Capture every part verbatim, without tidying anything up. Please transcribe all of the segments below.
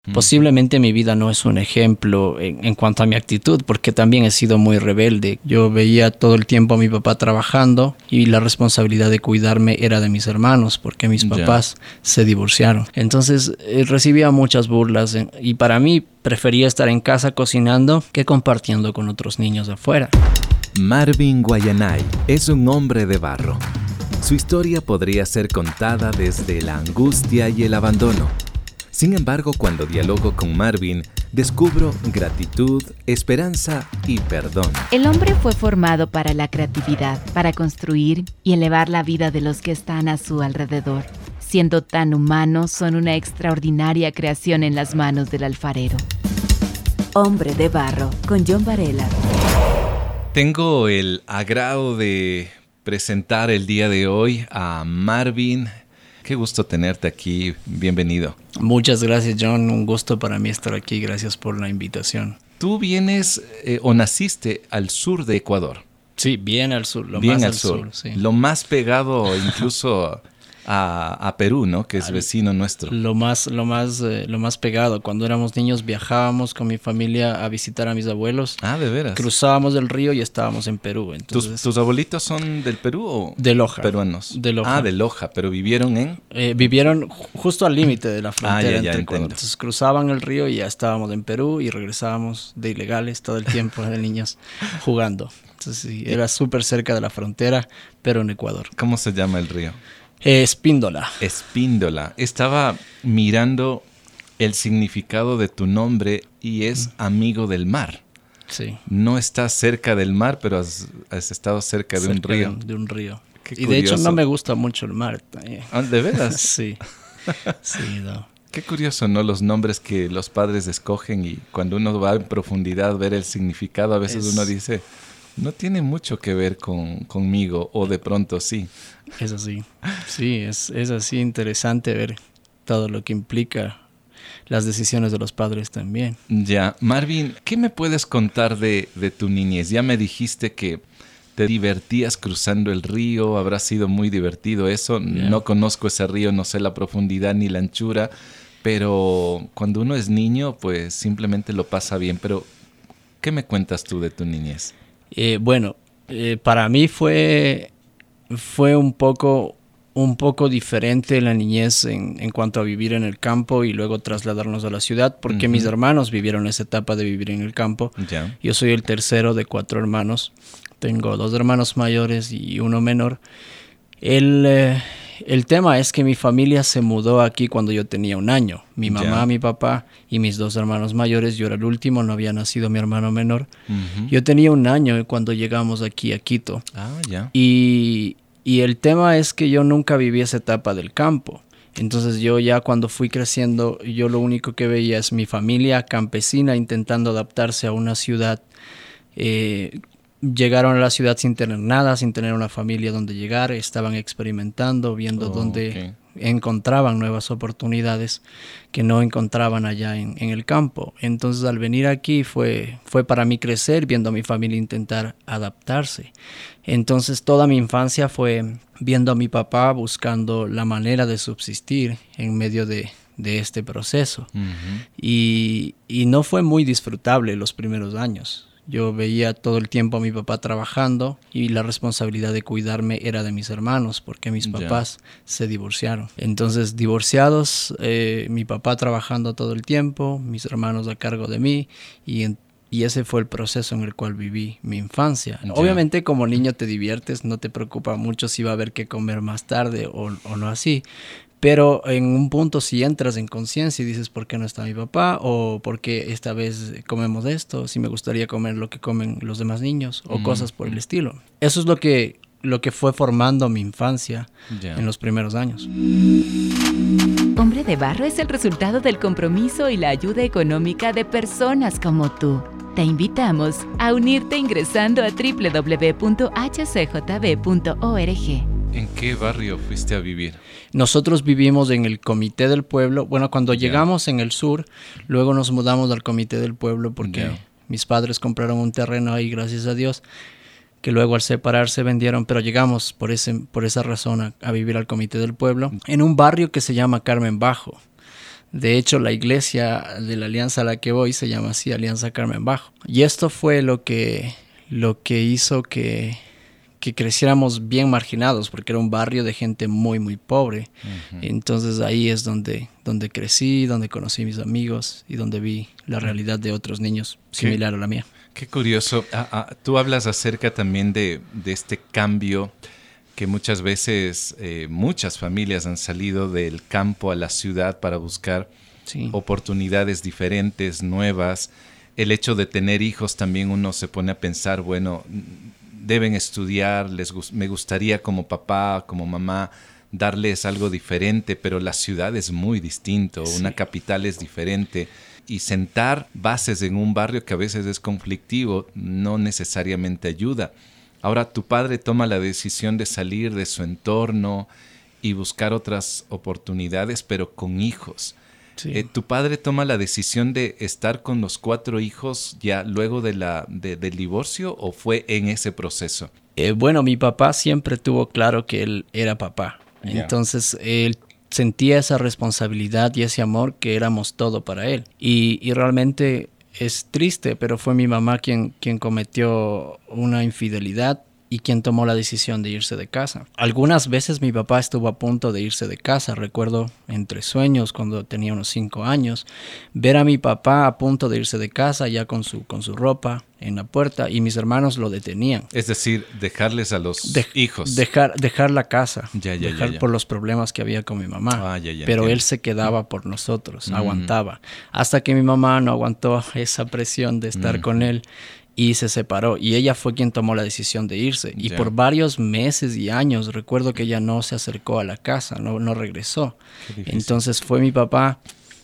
Mm. Posiblemente mi vida no es un ejemplo en, en cuanto a mi actitud, porque también he sido muy rebelde. Yo veía todo el tiempo a mi papá trabajando y la responsabilidad de cuidarme era de mis hermanos, porque mis papás Ya. se divorciaron. Entonces eh, recibía muchas burlas eh, y para mí prefería estar en casa cocinando que compartiendo con otros niños afuera. Marvin Guayanay es un hombre de barro. Su historia podría ser contada desde la angustia y el abandono. Sin embargo, cuando dialogo con Marvin, descubro gratitud, esperanza y perdón. El hombre fue formado para la creatividad, para construir y elevar la vida de los que están a su alrededor. Siendo tan humanos, son una extraordinaria creación en las manos del alfarero. Hombre de barro, con John Varela. Tengo el agrado de presentar el día de hoy a Marvin. Qué gusto tenerte aquí. Bienvenido. Muchas gracias, John. Un gusto para mí estar aquí. Gracias por la invitación. Tú vienes eh, o naciste al sur de Ecuador. Sí, bien al sur. Lo Bien más al al sur. sur, sí. Lo más pegado incluso a, a Perú, ¿no? Que es vecino nuestro. Lo más, lo más, eh, lo más pegado. Cuando éramos niños viajábamos con mi familia a visitar a mis abuelos. Ah, ¿de veras? Cruzábamos el río y estábamos en Perú. Entonces, ¿Tus, ¿Tus abuelitos son del Perú o de Loja. peruanos? De Loja. Ah, de Loja, pero vivieron en... Eh, vivieron ju- justo al límite de la frontera Ah, ya, ya, entre entiendo. Ecuador. Entonces cruzaban el río y ya estábamos en Perú y regresábamos de ilegales todo el tiempo de niños jugando. Entonces sí, era súper cerca de la frontera, pero en Ecuador. ¿Cómo se llama el río? Eh, Espíndola. Espíndola. Estaba mirando el significado de tu nombre y es amigo del mar. Sí. No estás cerca del mar, pero has, has estado cerca de un Cerca río. De, de un río. Qué y de hecho curioso. no me gusta mucho el mar. eh. Ah, ¿de veras? Sí. Sí, no. Qué curioso, ¿no? Los nombres que los padres escogen y cuando uno va en profundidad ver el significado, a veces Es- uno dice, no tiene mucho que ver con, conmigo, o de pronto sí. Es así. Sí, es, es así interesante ver todo lo que implica las decisiones de los padres también. Ya, Marvin, ¿qué me puedes contar de, de tu niñez? Ya me dijiste que te divertías cruzando el río, habrá sido muy divertido eso. Yeah. No conozco ese río, no sé la profundidad ni la anchura, pero cuando uno es niño, pues simplemente lo pasa bien. Pero, ¿qué me cuentas tú de tu niñez? Eh, bueno, eh, para mí fue, fue un poco, un poco diferente la niñez en, en cuanto a vivir en el campo y luego trasladarnos a la ciudad, porque Ujú. mis hermanos vivieron esa etapa de vivir en el campo. Ya. Yo soy el tercero de cuatro hermanos. Tengo dos hermanos mayores y uno menor. El, eh, el tema es que mi familia se mudó aquí cuando yo tenía un año. Mi mamá, Ya. mi papá y mis dos hermanos mayores. Yo era el último, no había nacido mi hermano menor. Ujú. Yo tenía un año cuando llegamos aquí a Quito. Ah, ya. Y, y el tema es que yo nunca viví esa etapa del campo. Entonces yo ya cuando fui creciendo, yo lo único que veía es mi familia campesina intentando adaptarse a una ciudad. Eh, llegaron a la ciudad sin tener nada, sin tener una familia donde llegar, estaban experimentando, viendo Oh, dónde ok. encontraban nuevas oportunidades que no encontraban allá en, en el campo. Entonces al venir aquí fue, fue para mí crecer, viendo a mi familia intentar adaptarse. Entonces toda mi infancia fue viendo a mi papá buscando la manera de subsistir en medio de, de este proceso. Ujú. Y, y no fue muy disfrutable los primeros años. Yo veía todo el tiempo a mi papá trabajando y la responsabilidad de cuidarme era de mis hermanos porque mis Ya. papás se divorciaron. Entonces, divorciados, eh, mi papá trabajando todo el tiempo, mis hermanos a cargo de mí y, en- y ese fue el proceso en el cual viví mi infancia. Ya. Obviamente como niño te diviertes, no te preocupa mucho si va a haber que comer más tarde o, o no así. Pero en un punto si entras en conciencia y dices ¿por qué no está mi papá? O ¿por qué esta vez comemos esto? Si me gustaría comer lo que comen los demás niños o Mm. cosas por el estilo. Eso es lo que, lo que fue formando mi infancia Ya. en los primeros años. Hombre de barro es el resultado del compromiso y la ayuda económica de personas como tú. Te invitamos a unirte ingresando a doble u doble u doble u punto h c j b punto org. ¿En qué barrio fuiste a vivir? Nosotros vivimos en el Comité del Pueblo. Bueno, cuando Ya. llegamos en el sur, luego nos mudamos al Comité del Pueblo porque Ya. mis padres compraron un terreno ahí, gracias a Dios, que luego al separarse vendieron, pero llegamos por, ese, por esa razón a, a vivir al Comité del Pueblo, en un barrio que se llama Carmen Bajo, De hecho, la iglesia de la alianza a la que voy se llama así, Alianza Carmen Bajo. Y esto fue lo que, lo que hizo que, que creciéramos bien marginados, porque era un barrio de gente muy, muy pobre. Uh-huh. Entonces ahí es donde, donde crecí, donde conocí a mis amigos y donde vi la realidad de otros niños similar a la mía. Qué curioso. Ah, ah, tú hablas acerca también de, de este cambio que muchas veces eh, muchas familias han salido del campo a la ciudad para buscar sí. oportunidades diferentes, nuevas. El hecho de tener hijos también uno se pone a pensar, bueno, deben estudiar, les gust- me gustaría como papá, como mamá, darles algo diferente, pero la ciudad es muy distinto, sí. una capital es diferente. Y sentar bases en un barrio que a veces es conflictivo no necesariamente ayuda. Ahora tu padre toma la decisión de salir de su entorno y buscar otras oportunidades, pero con hijos. Sí. Eh, ¿Tu padre toma la decisión de estar con los cuatro hijos ya luego de la, de, del divorcio o fue en ese proceso? Eh, bueno, mi papá siempre tuvo claro que él era papá. Yeah. Entonces, él sentía esa responsabilidad y ese amor que éramos todo para él. Y, y realmente es triste, pero fue mi mamá quien, quien cometió una infidelidad y quien tomó la decisión de irse de casa. Algunas veces mi papá estuvo a punto de irse de casa. Recuerdo entre sueños, cuando tenía unos cinco años, ver a mi papá a punto de irse de casa ya con su, con su ropa en la puerta y mis hermanos lo detenían. Es decir, dejarles a los de- hijos. Dejar, dejar la casa. Ya, ya, dejar ya, ya. por los problemas que había con mi mamá. Ah, ya, ya, Pero entiendo. él se quedaba por nosotros, Mm. aguantaba. Hasta que mi mamá no aguantó esa presión de estar mm. con él y se separó. Y ella fue quien tomó la decisión de irse. Y ya. por varios meses y años recuerdo que ella no se acercó a la casa, no, no regresó. Entonces fue mi papá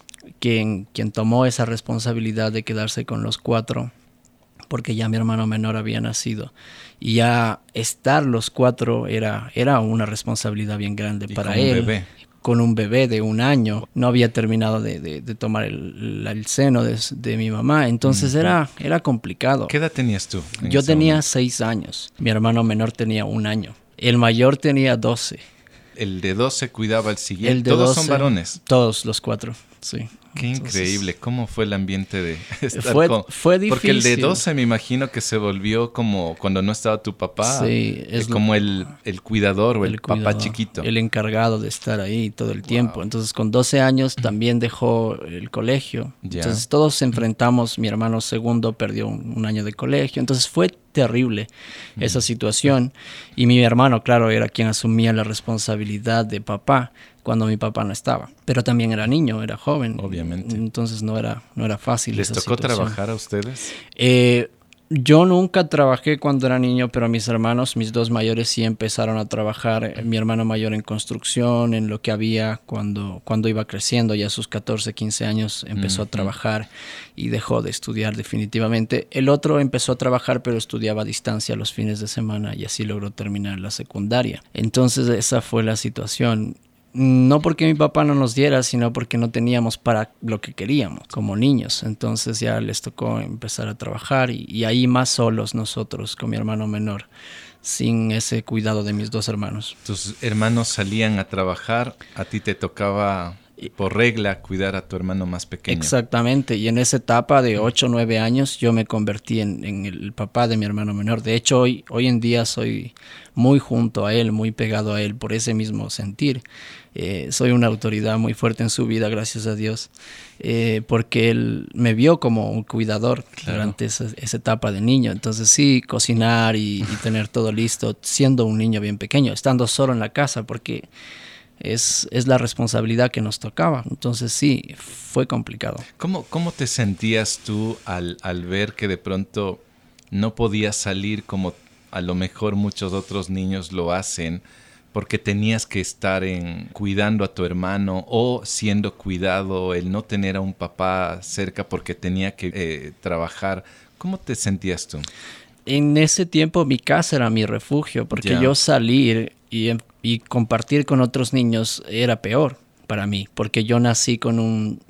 quien, quien tomó esa responsabilidad de quedarse con los cuatro, porque ya mi hermano menor había nacido. Y ya estar los cuatro era, era una responsabilidad bien grande y para con él. Un bebé. Con un bebé de un año. No había terminado de, de, de tomar el, el seno de, de mi mamá. Entonces uh-huh. era, era complicado. ¿Qué edad tenías tú? Yo tenía momento? seis años. Mi hermano menor tenía un año. El mayor tenía doce. El de doce cuidaba al siguiente. El de ¿Todos doce, son varones? Todos los cuatro, sí. Qué Entonces, increíble. ¿Cómo fue el ambiente de estar fue, con...? Fue difícil. Porque el de doce me imagino que se volvió como cuando no estaba tu papá. Sí. Es como lo, el, el cuidador o el, el cuidador, papá chiquito. El encargado de estar ahí todo el tiempo. Wow. Entonces con doce años también dejó el colegio. Yeah. Entonces todos enfrentamos, mi hermano segundo perdió un, un año de colegio. Entonces fue terrible mm. esa situación. Y mi hermano, claro, era quien asumía la responsabilidad de papá cuando mi papá no estaba. Pero también era niño, era joven. Obviamente. Entonces no era, no era fácil. ¿Les esa tocó situación. trabajar a ustedes? Eh, yo nunca trabajé cuando era niño, pero mis hermanos, mis dos mayores, sí empezaron a trabajar. Mi hermano mayor en construcción, en lo que había cuando, cuando iba creciendo. Ya a sus catorce, quince años empezó uh-huh. a trabajar y dejó de estudiar definitivamente. El otro empezó a trabajar, pero estudiaba a distancia los fines de semana y así logró terminar la secundaria. Entonces esa fue la situación. No porque mi papá no nos diera, sino porque no teníamos para lo que queríamos como niños. Entonces ya les tocó empezar a trabajar y, y ahí más solos nosotros con mi hermano menor, sin ese cuidado de mis dos hermanos. Tus hermanos salían a trabajar, a ti te tocaba por regla cuidar a tu hermano más pequeño. Exactamente, y en esa etapa de ocho o nueve años yo me convertí en, en el papá de mi hermano menor. De hecho, hoy, hoy en día soy muy junto a él, muy pegado a él por ese mismo sentir. Eh, soy una autoridad muy fuerte en su vida, gracias a Dios, eh, porque él me vio como un cuidador claro. durante esa, esa etapa de niño. Entonces sí, cocinar y, y tener todo listo, siendo un niño bien pequeño, estando solo en la casa, porque es, es la responsabilidad que nos tocaba. Entonces sí, fue complicado. ¿Cómo, cómo te sentías tú al, al ver que de pronto no podías salir como a lo mejor muchos otros niños lo hacen, porque tenías que estar en cuidando a tu hermano o siendo cuidado, el no tener a un papá cerca porque tenía que eh, trabajar? ¿Cómo te sentías tú? En ese tiempo mi casa era mi refugio, porque yeah. yo salir y, y compartir con otros niños era peor para mí, porque yo nací con un,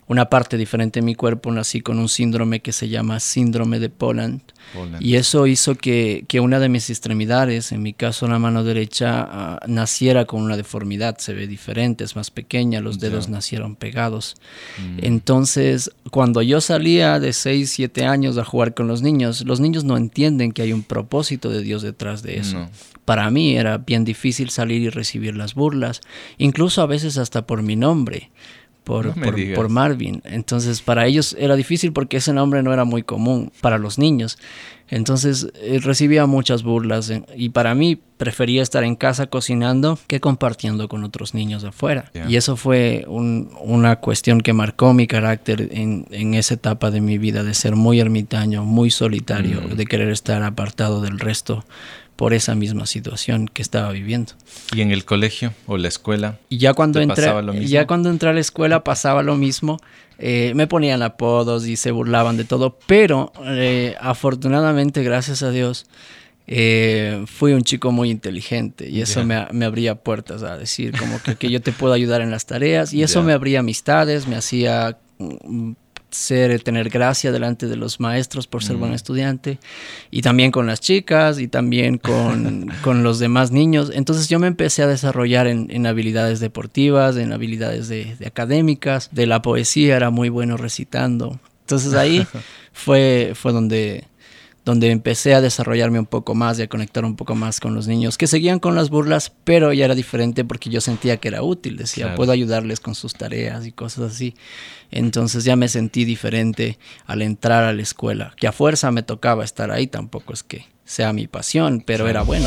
una parte diferente de mi cuerpo, nací con un síndrome que se llama síndrome de Poland. Poland. Y eso hizo que, que una de mis extremidades, en mi caso la mano derecha, uh, naciera con una deformidad, se ve diferente, es más pequeña, los dedos yeah. nacieron pegados. Mm. Entonces, cuando yo salía de seis, siete años a jugar con los niños, los niños no entienden que hay un propósito de Dios detrás de eso. No. Para mí era bien difícil salir y recibir las burlas, incluso a veces hasta por mi nombre. Por, no por, por Marvin. Entonces para ellos era difícil porque ese nombre no era muy común para los niños. Entonces eh, recibía muchas burlas eh, y para mí prefería estar en casa cocinando que compartiendo con otros niños afuera. Yeah. Y eso fue un, una cuestión que marcó mi carácter en, en esa etapa de mi vida, de ser muy ermitaño, muy solitario, mm. de querer estar apartado del resto por esa misma situación que estaba viviendo. ¿Y en el colegio o la escuela? Y ya cuando entré, ya cuando entré a la escuela pasaba lo mismo. Eh, me ponían apodos y se burlaban de todo, pero eh, afortunadamente, gracias a Dios, eh, fui un chico muy inteligente y eso yeah. me, me abría puertas a decir como que, que yo te puedo ayudar en las tareas y eso yeah. me abría amistades, me hacía ser, tener gracia delante de los maestros por ser mm. buen estudiante y también con las chicas y también con, con los demás niños. Entonces yo me empecé a desarrollar en, en habilidades deportivas, en habilidades de, de académicas, de la poesía, era muy bueno recitando. Entonces ahí fue, fue donde... donde empecé a desarrollarme un poco más y a conectar un poco más con los niños, que seguían con las burlas, pero ya era diferente porque yo sentía que era útil, decía, claro. puedo ayudarles con sus tareas y cosas así. Entonces ya me sentí diferente al entrar a la escuela, que a fuerza me tocaba estar ahí, tampoco es que sea mi pasión, pero era bueno.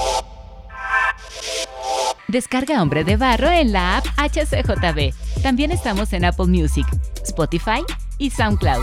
Descarga Hombre de Barro en la app H C J B. También estamos en Apple Music, Spotify y SoundCloud.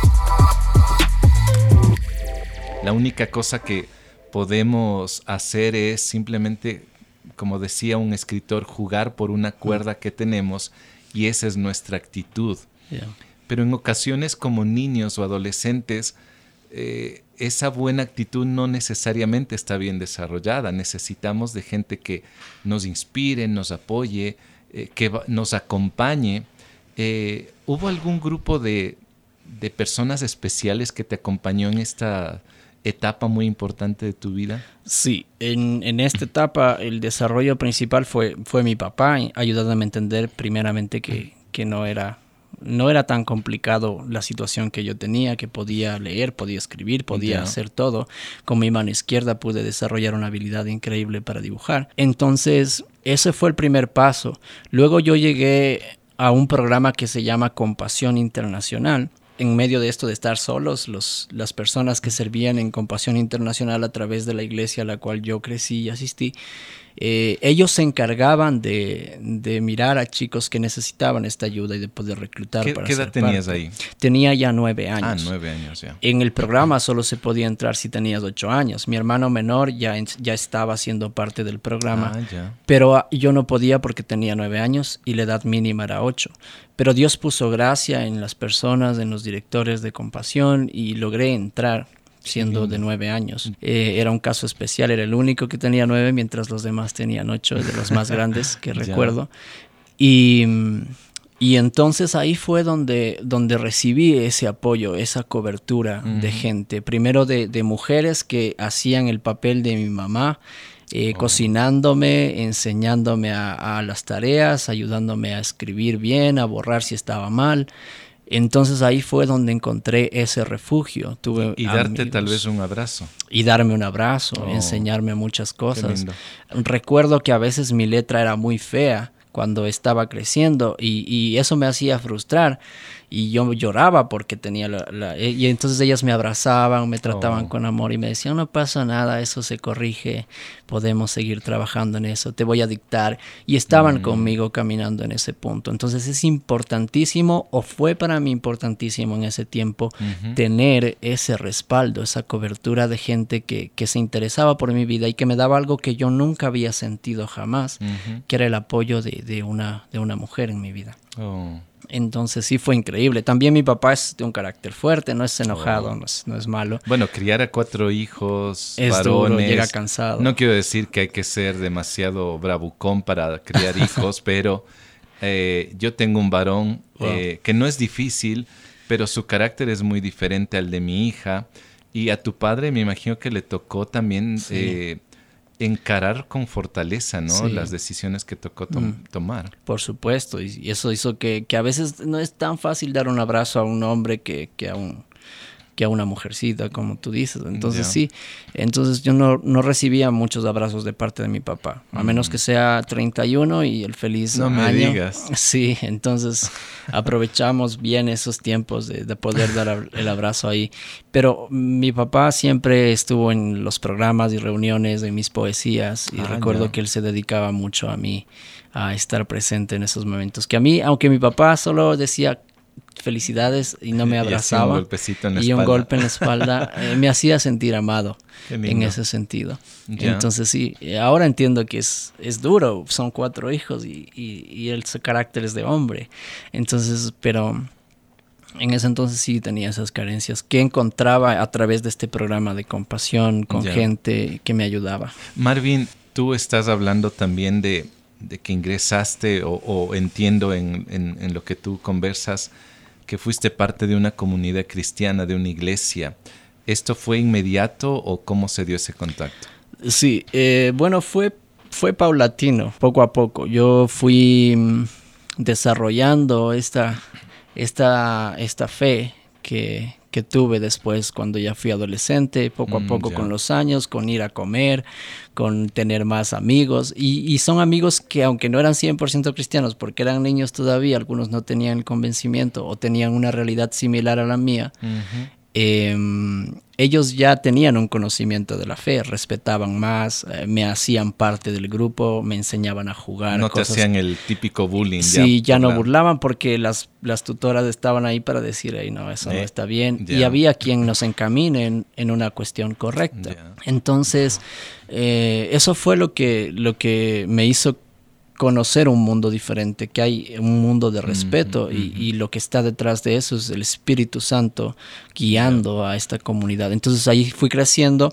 La única cosa que podemos hacer es simplemente, como decía un escritor, jugar por una cuerda que tenemos y esa es nuestra actitud. Yeah. Pero en ocasiones como niños o adolescentes, eh, esa buena actitud no necesariamente está bien desarrollada. Necesitamos de gente que nos inspire, nos apoye, eh, que va, nos acompañe. Eh, ¿Hubo algún grupo de, de personas especiales que te acompañó en esta etapa muy importante de tu vida? Sí, en, en esta etapa el desarrollo principal fue, fue mi papá, ayudándome a entender primeramente que, que no era, no era tan complicado la situación que yo tenía, que podía leer, podía escribir, podía yeah. hacer todo. Con mi mano izquierda pude desarrollar una habilidad increíble para dibujar. Entonces, ese fue el primer paso. Luego yo llegué a un programa que se llama Compasión Internacional. En medio de esto de estar solos, los, las personas que servían en Compasión Internacional a través de la iglesia a la cual yo crecí y asistí, eh, ellos se encargaban de, de mirar a chicos que necesitaban esta ayuda y de poder reclutar ¿Qué, para ¿qué edad ser tenías parte. ahí? Tenía ya nueve años. Ah, nueve años ya. En el programa solo se podía entrar si tenías ocho años. Mi hermano menor ya, ya estaba siendo parte del programa, ah, ya. pero yo no podía porque tenía nueve años y la edad mínima era ocho. Pero Dios puso gracia en las personas, en los directores de Compasión y logré entrar siendo de nueve años. Eh, era un caso especial, era el único que tenía nueve, mientras los demás tenían ocho, de los más grandes que recuerdo. Y, y entonces ahí fue donde, donde recibí ese apoyo, esa cobertura uh-huh. de gente. Primero de, de mujeres que hacían el papel de mi mamá, Eh, oh. cocinándome, enseñándome a, a las tareas, ayudándome a escribir bien, a borrar si estaba mal. Entonces ahí fue donde encontré ese refugio. Tuve y darte amigos, tal vez un abrazo. Y darme un abrazo, oh. enseñarme muchas cosas. Recuerdo que a veces mi letra era muy fea cuando estaba creciendo y, y eso me hacía frustrar. Y yo lloraba porque tenía la, la... Y entonces ellas me abrazaban, me trataban oh. con amor y me decían, no pasa nada, eso se corrige, podemos seguir trabajando en eso, te voy a dictar. Y estaban mm. conmigo caminando en ese punto. Entonces es importantísimo, o fue para mí importantísimo en ese tiempo, uh-huh. tener ese respaldo, esa cobertura de gente que, que se interesaba por mi vida y que me daba algo que yo nunca había sentido jamás, uh-huh. que era el apoyo de, de, una, de una mujer en mi vida. Oh. Entonces sí fue increíble. También mi papá es de un carácter fuerte, no es enojado, oh. no, es, no es malo. Bueno, criar a cuatro hijos, es varones, duro, llega cansado. No quiero decir que hay que ser demasiado bravucón para criar hijos, pero Eh, yo tengo un varón wow. eh, que no es difícil, pero su carácter es muy diferente al de mi hija. Y a tu padre me imagino que le tocó también sí. eh, encarar con fortaleza, ¿no? Sí. Las decisiones que tocó to- mm. tomar. Por supuesto, y eso hizo que, que a veces no es tan fácil dar un abrazo a un hombre que, que a un... que a una mujercita, como tú dices. Entonces yeah. sí, entonces yo no, no recibía muchos abrazos de parte de mi papá, a mm. menos que sea treinta y uno y el feliz no año. No me digas. Sí, entonces aprovechamos bien esos tiempos de, de poder dar el abrazo ahí. Pero mi papá siempre estuvo en los programas y reuniones de mis poesías y ah, recuerdo yeah. que él se dedicaba mucho a mí, a estar presente en esos momentos. Que a mí, aunque mi papá solo decía felicidades y no me abrazaba y, un golpecito en la y espalda. un golpe en la espalda eh, me hacía sentir amado en ese sentido. Yeah. Entonces sí, ahora entiendo que es, es duro, son cuatro hijos y, y, y el su carácter es de hombre. Entonces, pero en ese entonces sí tenía esas carencias que encontraba a través de este programa de compasión con yeah. gente que me ayudaba. Marvin, tú estás hablando también de, de que ingresaste o, o entiendo en, en, en lo que tú conversas que fuiste parte de una comunidad cristiana, de una iglesia. ¿Esto fue inmediato o cómo se dio ese contacto? Sí, eh, bueno, fue, fue paulatino, poco a poco. Yo fui mm, desarrollando esta, esta, esta fe que, que tuve después cuando ya fui adolescente, poco a poco mm, con los años, con ir a comer, con tener más amigos. Y, y son amigos que aunque no eran cien por ciento cristianos, porque eran niños todavía, algunos no tenían el convencimiento o tenían una realidad similar a la mía, uh-huh. eh, ellos ya tenían un conocimiento de la fe, respetaban más, eh, me hacían parte del grupo, me enseñaban a jugar. No cosas. Te hacían el típico bullying. Sí, ya, ya no la... burlaban porque las, las tutoras estaban ahí para decir, hey, no, eso eh, no está bien. Yeah. Y había quien nos encamine en, en una cuestión correcta. Yeah. Entonces, eh, eso fue lo que, lo que me hizo conocer un mundo diferente, que hay un mundo de respeto, mm-hmm. y, y lo que está detrás de eso es el Espíritu Santo guiando yeah. a esta comunidad. Entonces ahí fui creciendo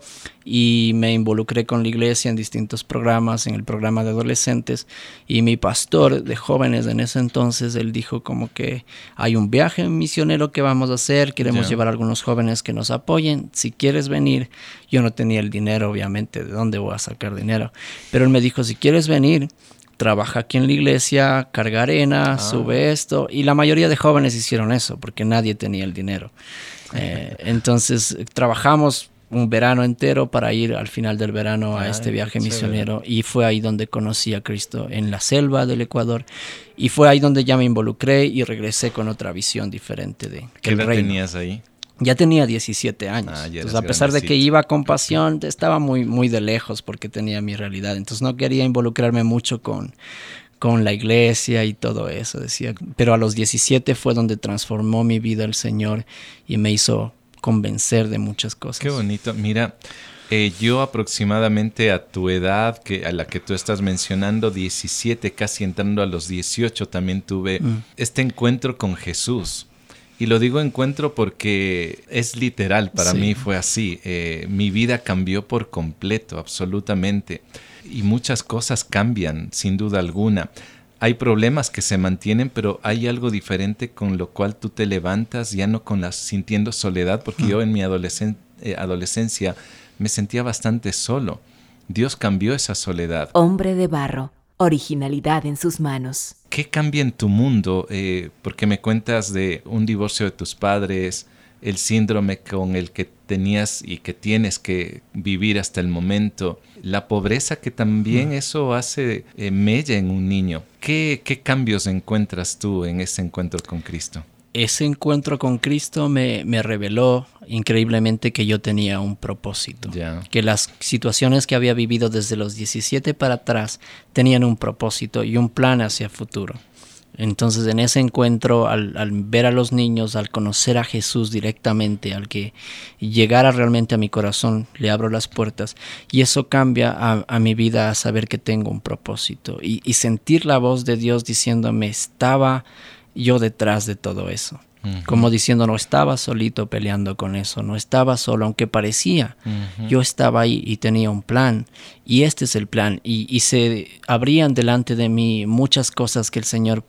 y me involucré con la iglesia en distintos programas, en el programa de adolescentes, y mi pastor de jóvenes en ese entonces, él dijo como que hay un viaje misionero que vamos a hacer, queremos yeah. llevar a algunos jóvenes que nos apoyen, si quieres venir. Yo no tenía el dinero, obviamente, ¿de dónde voy a sacar dinero? Pero él me dijo, si quieres venir, trabaja aquí en la iglesia, carga arena, ah. sube esto. Y la mayoría de jóvenes hicieron eso porque nadie tenía el dinero. Eh, entonces trabajamos un verano entero para ir al final del verano a Ay, este viaje misionero. Y fue ahí donde conocí a Cristo, en la selva del Ecuador. Y fue ahí donde ya me involucré y regresé con otra visión diferente de ¿Qué edad tenías ahí? Ya tenía diecisiete años. Ah, Entonces, a pesar grandecito. de que iba con pasión, estaba muy, muy de lejos porque tenía mi realidad. Entonces no quería involucrarme mucho con, con la iglesia y todo eso. Decía. Pero a los diecisiete fue donde transformó mi vida el Señor y me hizo convencer de muchas cosas. Qué bonito. Mira, eh, yo aproximadamente a tu edad, que a la que tú estás mencionando, diecisiete, casi entrando a los dieciocho, también tuve mm. este encuentro con Jesús. Y lo digo encuentro porque es literal, para sí. mí fue así. Eh, mi vida cambió por completo, absolutamente. Y muchas cosas cambian, sin duda alguna. Hay problemas que se mantienen, pero hay algo diferente con lo cual tú te levantas, ya no con la, sintiendo soledad, porque mm. yo en mi adolescen, eh, adolescencia me sentía bastante solo. Dios cambió esa soledad. Hombre de barro, originalidad en sus manos. ¿Qué cambia en tu mundo? Eh, porque me cuentas de un divorcio de tus padres, el síndrome con el que tenías y que tienes que vivir hasta el momento, la pobreza que también mm. eso hace eh, mella en un niño. ¿Qué, ¿Qué cambios encuentras tú en ese encuentro con Cristo? Ese encuentro con Cristo me, me reveló increíblemente que yo tenía un propósito. Yeah. Que las situaciones que había vivido desde los diecisiete para atrás tenían un propósito y un plan hacia el futuro. Entonces en ese encuentro, al, al ver a los niños, al conocer a Jesús directamente, al que llegara realmente a mi corazón, le abro las puertas y eso cambia a, a mi vida, a saber que tengo un propósito y, y sentir la voz de Dios diciéndome, estaba yo detrás de todo eso. Uh-huh. Como diciendo, no estaba solito peleando con eso, no estaba solo, aunque parecía. Uh-huh. Yo estaba ahí y tenía un plan, y este es el plan. Y, y se abrían delante de mí muchas cosas que el Señor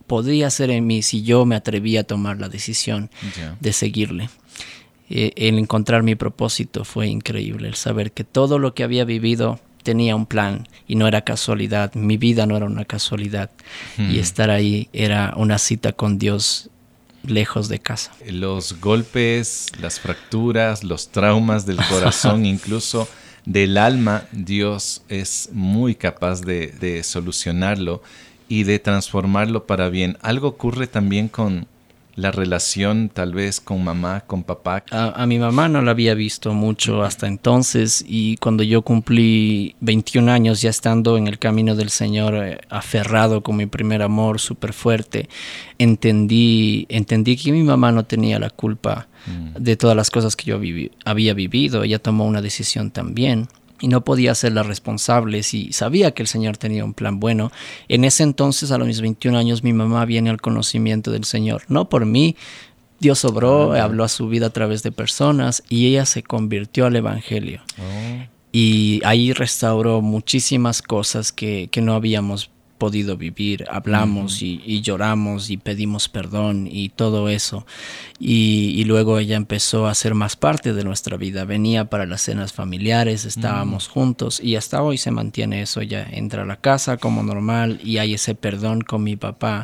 podría hacer en mí si yo me atrevía a tomar la decisión yeah. de seguirle. Eh, el encontrar mi propósito fue increíble, el saber que todo lo que había vivido tenía un plan y no era casualidad, mi vida no era una casualidad hmm. y estar ahí era una cita con Dios lejos de casa. Los golpes, las fracturas, los traumas del corazón, incluso del alma, Dios es muy capaz de, de solucionarlo y de transformarlo para bien. Algo ocurre también con la relación tal vez con mamá, con papá. A, a mi mamá no la había visto mucho hasta entonces, y cuando yo cumplí veintiún años, ya estando en el camino del Señor, eh, aferrado con mi primer amor súper fuerte, entendí, entendí que mi mamá no tenía la culpa mm. de todas las cosas que yo vivi- había vivido. Ella tomó una decisión también y no podía hacerla responsable si sabía que el Señor tenía un plan bueno. En ese entonces, a los mis veintiún años, mi mamá viene al conocimiento del Señor. No por mí, Dios obró, ah, habló a su vida a través de personas y ella se convirtió al Evangelio. Oh. Y ahí restauró muchísimas cosas que, que no habíamos podido vivir. Hablamos uh-huh. y, y lloramos y pedimos perdón y todo eso. Y, y luego ella empezó a ser más parte de nuestra vida. Venía para las cenas familiares, estábamos uh-huh. juntos, y hasta hoy se mantiene eso. Ella entra a la casa como normal y hay ese perdón con mi papá.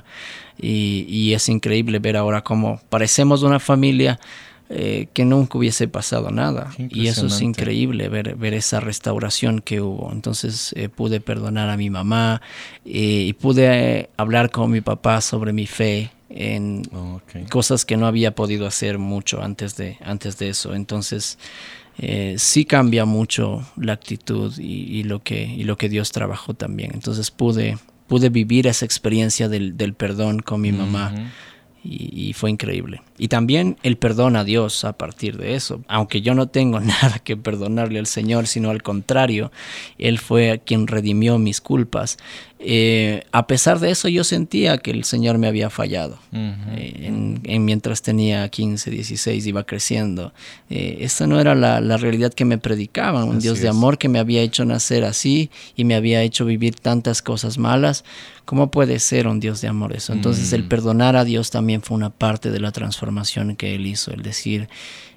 Y, y es increíble ver ahora cómo parecemos una familia Eh, que nunca hubiese pasado nada, y eso es increíble, ver, ver esa restauración que hubo. Entonces eh, pude perdonar a mi mamá eh, y pude eh, hablar con mi papá sobre mi fe en oh, okay. cosas que no había podido hacer mucho antes de, antes de eso. Entonces eh, sí cambia mucho la actitud y, y, lo que, y lo que Dios trabajó también. Entonces pude, pude vivir esa experiencia del, del perdón con mi mamá. Uh-huh. Y, y fue increíble. Y también el perdón a Dios a partir de eso. Aunque yo no tengo nada que perdonarle al Señor, sino al contrario, Él fue quien redimió mis culpas. Eh, a pesar de eso, yo sentía que el Señor me había fallado. Uh-huh. Eh, en, en mientras tenía quince, dieciséis, iba creciendo. Eh, esa no era la, la realidad que me predicaban. Un así Dios de es. Amor que me había hecho nacer así y me había hecho vivir tantas cosas malas. ¿Cómo puede ser un Dios de amor eso? Entonces mm. el perdonar a Dios también fue una parte de la transformación que Él hizo. El decir,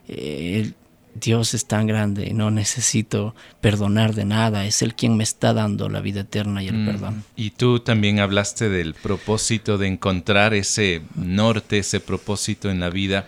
eh, Dios es tan grande, no necesito perdonar de nada. Es Él quien me está dando la vida eterna y el mm. perdón. Y tú también hablaste del propósito de encontrar ese norte, ese propósito en la vida.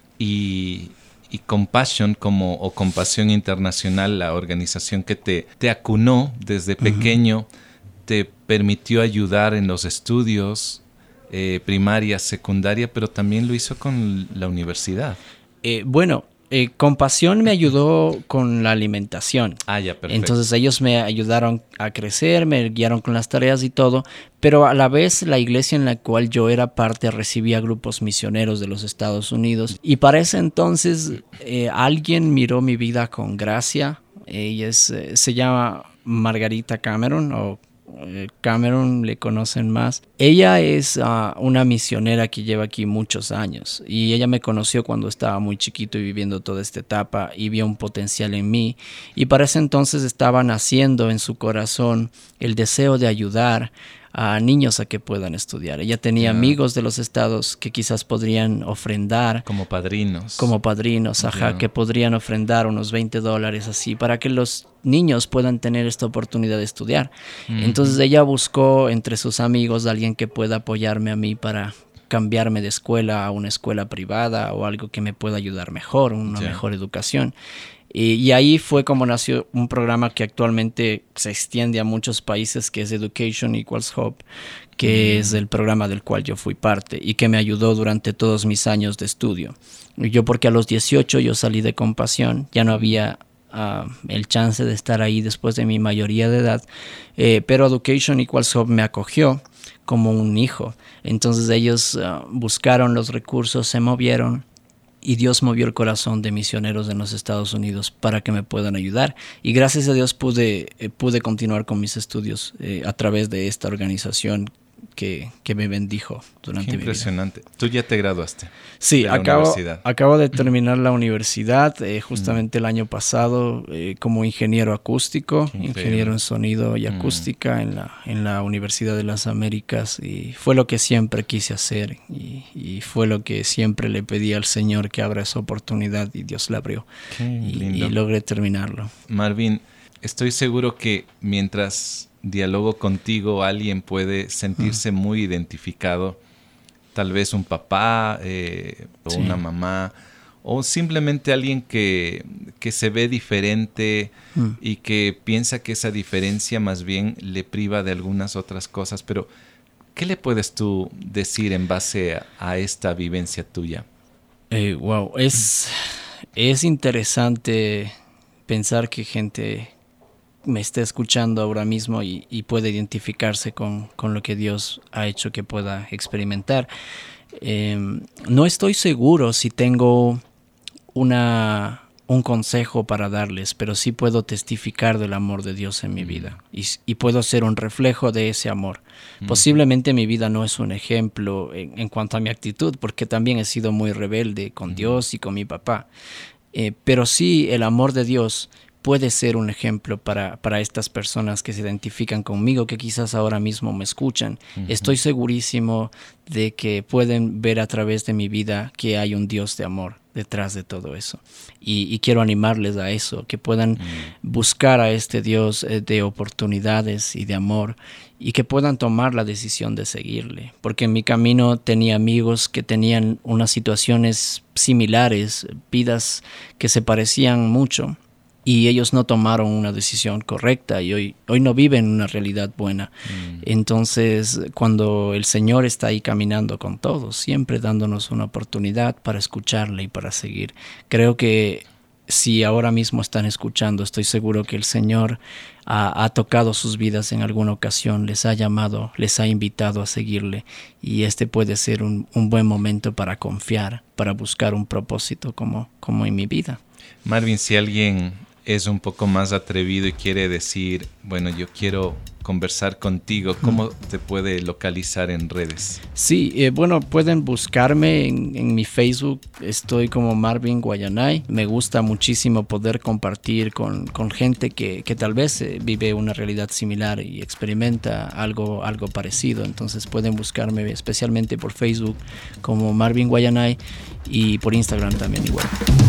Y, y Compassion como, o Compasión Internacional, la organización que te, te acunó desde pequeño, uh-huh. te permitió ayudar en los estudios eh, primaria, secundaria, pero también lo hizo con la universidad. Eh, bueno, eh, Compasión me ayudó con la alimentación. Ah, ya, perfecto. Entonces ellos me ayudaron a crecer, me guiaron con las tareas y todo, pero a la vez la iglesia en la cual yo era parte recibía grupos misioneros de los Estados Unidos. Y para ese entonces eh, alguien miró mi vida con gracia. Ella es, eh, se llama Margarita Cameron, o Cameron le conocen más. Ella es uh, una misionera que lleva aquí muchos años, y ella me conoció cuando estaba muy chiquito y viviendo toda esta etapa, y vio un potencial en mí, y para ese entonces estaba naciendo en su corazón el deseo de ayudar a niños a que puedan estudiar. Ella tenía yeah. amigos de los estados que quizás podrían ofrendar. Como padrinos. Como padrinos, ajá, yeah. que podrían ofrendar unos veinte dólares así para que los niños puedan tener esta oportunidad de estudiar. Mm-hmm. Entonces ella buscó entre sus amigos a alguien que pueda apoyarme a mí para cambiarme de escuela a una escuela privada o algo que me pueda ayudar mejor, una yeah. mejor educación. Y, y ahí fue como nació un programa que actualmente se extiende a muchos países, que es Education Equals Hope, que mm. es el programa del cual yo fui parte y que me ayudó durante todos mis años de estudio. Yo porque a los dieciocho yo salí de Compasión, ya no había uh, el chance de estar ahí después de mi mayoría de edad, eh, pero Education Equals Hope me acogió como un hijo. Entonces ellos uh, buscaron los recursos, se movieron, y Dios movió el corazón de misioneros en los Estados Unidos para que me puedan ayudar. Y gracias a Dios pude, eh, pude continuar con mis estudios eh, a través de esta organización que, que me bendijo durante mi vida. Impresionante. Tú ya te graduaste. Sí, de la acabo, universidad. acabo de terminar la universidad eh, justamente mm. el año pasado eh, como ingeniero acústico, ingeniero en sonido y acústica mm. en, la, en la Universidad de las Américas, y fue lo que siempre quise hacer y, y fue lo que siempre le pedí al Señor, que abra esa oportunidad, y Dios la abrió. Qué y, lindo. y logré terminarlo. Marvin, estoy seguro que mientras dialogo contigo, alguien puede sentirse mm. muy identificado, tal vez un papá eh, o sí. una mamá, o simplemente alguien que, que se ve diferente mm. y que piensa que esa diferencia más bien le priva de algunas otras cosas. Pero, ¿qué le puedes tú decir en base a, a esta vivencia tuya? Eh, wow, es, es interesante pensar que gente me está escuchando ahora mismo y, y puede identificarse con, con lo que Dios ha hecho que pueda experimentar. Eh, no estoy seguro si tengo una, un consejo para darles, pero sí puedo testificar del amor de Dios en mi vida y, y puedo ser un reflejo de ese amor. Mm. Posiblemente mi vida no es un ejemplo en, en cuanto a mi actitud, porque también he sido muy rebelde con mm. Dios y con mi papá, eh, pero sí el amor de Dios puede ser un ejemplo para, para estas personas que se identifican conmigo, que quizás ahora mismo me escuchan. Uh-huh. Estoy segurísimo de que pueden ver a través de mi vida que hay un Dios de amor detrás de todo eso. Y, y quiero animarles a eso, que puedan uh-huh. buscar a este Dios eh, de oportunidades y de amor, y que puedan tomar la decisión de seguirle. Porque en mi camino tenía amigos que tenían unas situaciones similares, vidas que se parecían mucho, y ellos no tomaron una decisión correcta y hoy, hoy no viven una realidad buena. Mm. Entonces, cuando el Señor está ahí caminando con todos, siempre dándonos una oportunidad para escucharle y para seguir. Creo que si ahora mismo están escuchando, estoy seguro que el Señor ha, ha tocado sus vidas en alguna ocasión, les ha llamado, les ha invitado a seguirle, y este puede ser un, un buen momento para confiar, para buscar un propósito como, como en mi vida. Marvin, si alguien es un poco más atrevido y quiere decir, bueno, yo quiero conversar contigo, ¿cómo te puede localizar en redes? Sí, eh, bueno, pueden buscarme en, en mi Facebook, estoy como Marvin Guayanay. Me gusta muchísimo poder compartir con, con gente que, que tal vez eh, vive una realidad similar y experimenta algo, algo parecido. Entonces pueden buscarme especialmente por Facebook como Marvin Guayanay y por Instagram también igual.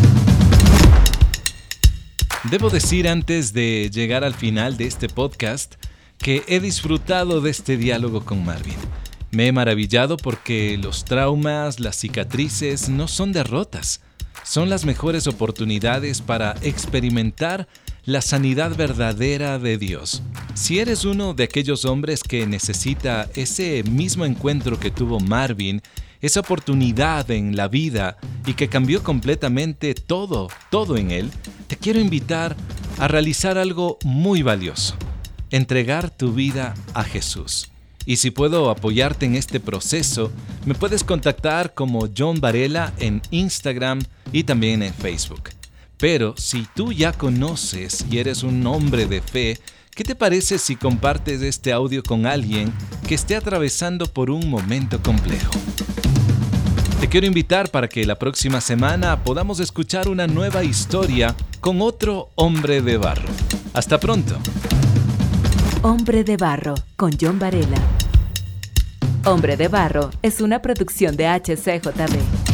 Debo decir antes de llegar al final de este podcast que he disfrutado de este diálogo con Marvin. Me he maravillado porque los traumas, las cicatrices no son derrotas, son las mejores oportunidades para experimentar la sanidad verdadera de Dios. Si eres uno de aquellos hombres que necesita ese mismo encuentro que tuvo Marvin, esa oportunidad en la vida y que cambió completamente todo, todo en él, te quiero invitar a realizar algo muy valioso: entregar tu vida a Jesús. Y si puedo apoyarte en este proceso, me puedes contactar como John Varela en Instagram y también en Facebook. Pero si tú ya conoces y eres un hombre de fe, ¿qué te parece si compartes este audio con alguien que esté atravesando por un momento complejo? Te quiero invitar para que la próxima semana podamos escuchar una nueva historia con otro hombre de barro. Hasta pronto. Hombre de Barro, con John Varela. Hombre de Barro es una producción de H C J B.